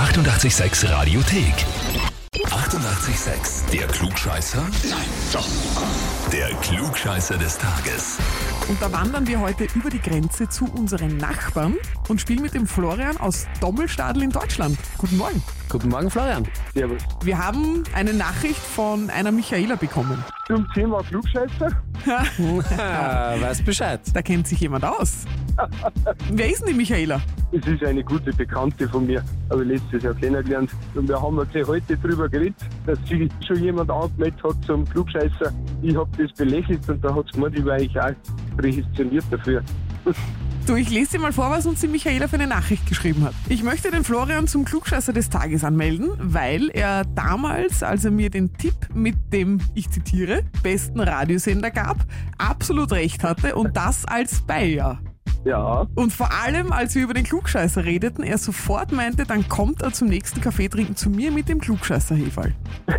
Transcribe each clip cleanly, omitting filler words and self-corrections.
886 Radiothek. 88,6. Der Klugscheißer? Nein, doch. Der Klugscheißer des Tages. Und da wandern wir heute über die Grenze zu unseren Nachbarn und spielen mit dem Florian aus Dommelstadl in Deutschland. Guten Morgen. Guten Morgen, Florian. Servus. Wir haben eine Nachricht von einer Michaela bekommen. Zum Thema Klugscheißer? Weißt Bescheid. Da kennt sich jemand aus. Wer ist denn die Michaela? Es ist eine gute Bekannte von mir, habe ich letztes Jahr kennengelernt. Und wir haben uns heute darüber geredet, dass sich schon jemand angemeldet hat zum Klugscheißer. Ich habe das belächelt und da hat sie gemeint, ich war eigentlich auch prädestiniert dafür. Du, ich lese dir mal vor, was uns die Michaela für eine Nachricht geschrieben hat. Ich möchte den Florian zum Klugscheißer des Tages anmelden, weil er damals, als er mir den Tipp mit dem, ich zitiere, besten Radiosender gab, absolut recht hatte und das als Bayer. Ja, Und vor allem, als wir über den Klugscheißer redeten, er sofort meinte, dann kommt er zum nächsten Kaffee trinken zu mir mit dem Klugscheißer-Heferl.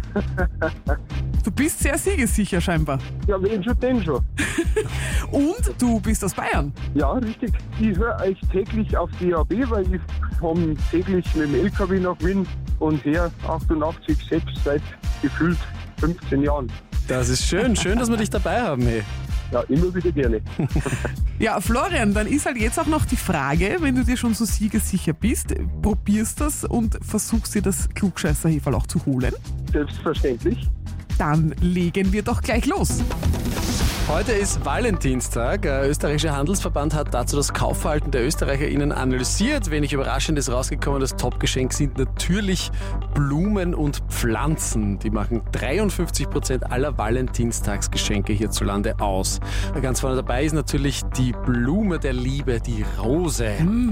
Du bist sehr siegessicher scheinbar. ja, wen schon, den schon. Und du bist aus Bayern. Ja, richtig. Ich höre euch täglich auf DAB, weil ich komme täglich mit dem LKW nach Wien und her 88 selbst seit gefühlt 15 Jahren. Das ist schön. Schön, dass wir dich dabei haben, hey. Ja, immer wieder gerne. Ja, Florian, dann ist halt jetzt auch noch die Frage, wenn du dir schon so siegessicher bist, probierst das und versuchst dir das Klugscheißer-Heferl auch zu holen? Selbstverständlich. Dann legen wir doch gleich los. Heute ist Valentinstag. Der österreichische Handelsverband hat dazu das Kaufverhalten der ÖsterreicherInnen analysiert. Wenig überraschend ist rausgekommen, das Topgeschenk sind natürlich Blumen und Pflanzen. Die machen 53% aller Valentinstagsgeschenke hierzulande aus. Ganz vorne dabei ist natürlich die Blume der Liebe, die Rose.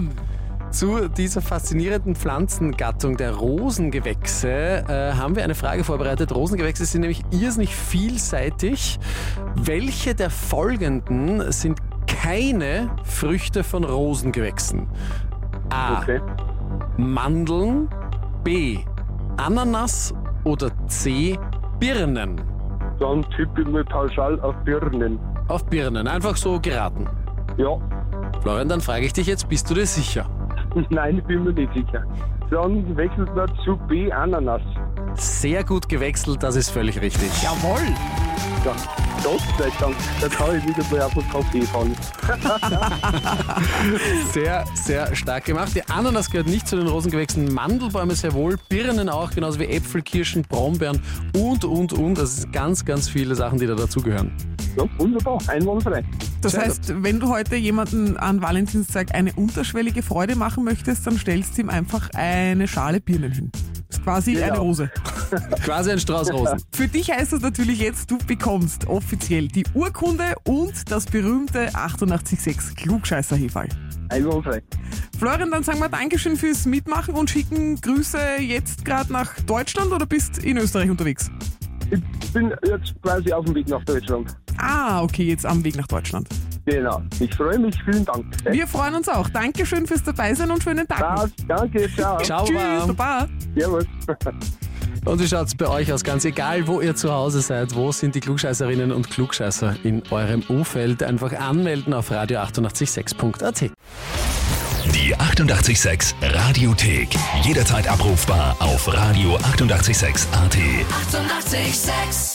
Zu dieser faszinierenden Pflanzengattung der Rosengewächse haben wir eine Frage vorbereitet. Rosengewächse sind nämlich irrsinnig vielseitig. Welche der folgenden sind keine Früchte von Rosengewächsen? A. Okay. Mandeln, B. Ananas oder C. Birnen? Dann tippe ich mal pauschal auf Birnen. Auf Birnen, einfach so geraten. Ja, Florian, dann frage ich dich jetzt, bist du dir sicher? nein, ich bin mir nicht sicher. Dann wechselt man zu B, Ananas. Sehr gut gewechselt, das ist völlig richtig. Jawohl. Ja, Gott sei Dank, da kann ich wieder mal auf den Kaffee fahren. Sehr, sehr stark gemacht. Die Ananas gehört nicht zu den Rosengewächsen, Mandelbäume sehr wohl, Birnen auch, genauso wie Äpfel, Kirschen, Brombeeren und. Das sind ganz, ganz viele Sachen, die da dazugehören. Ja, wunderbar, einwandfrei. Das Sehr heißt, wenn du heute jemanden an Valentinstag eine unterschwellige Freude machen möchtest, dann stellst du ihm einfach eine Schale Birnen hin. Das ist quasi Genau. eine Rose. Quasi ein Strauß Rosen. Für dich heißt das natürlich jetzt, du bekommst offiziell die Urkunde und das berühmte 88,6 Klugscheißer-Heferl. Einwandfrei. Florian, dann sagen wir Dankeschön fürs Mitmachen und schicken Grüße jetzt gerade nach Deutschland oder bist in Österreich unterwegs? Ich bin jetzt quasi auf dem Weg nach Deutschland. Ah, okay, jetzt am Weg nach Deutschland. Genau. Ich freue mich, vielen Dank. Wir freuen uns auch. Dankeschön fürs Dabeisein und schönen Tag. noch. Passt, danke, ciao. Ciao, Tschüss, Baba. Servus. Und wie schaut es bei euch aus? Ganz egal, wo ihr zu Hause seid, wo sind die Klugscheißerinnen und Klugscheißer in eurem Umfeld? Einfach anmelden auf radio886.at. Die 88,6 Radiothek. Jederzeit abrufbar auf radio886.at. 88,6. Eighty-eight, sex.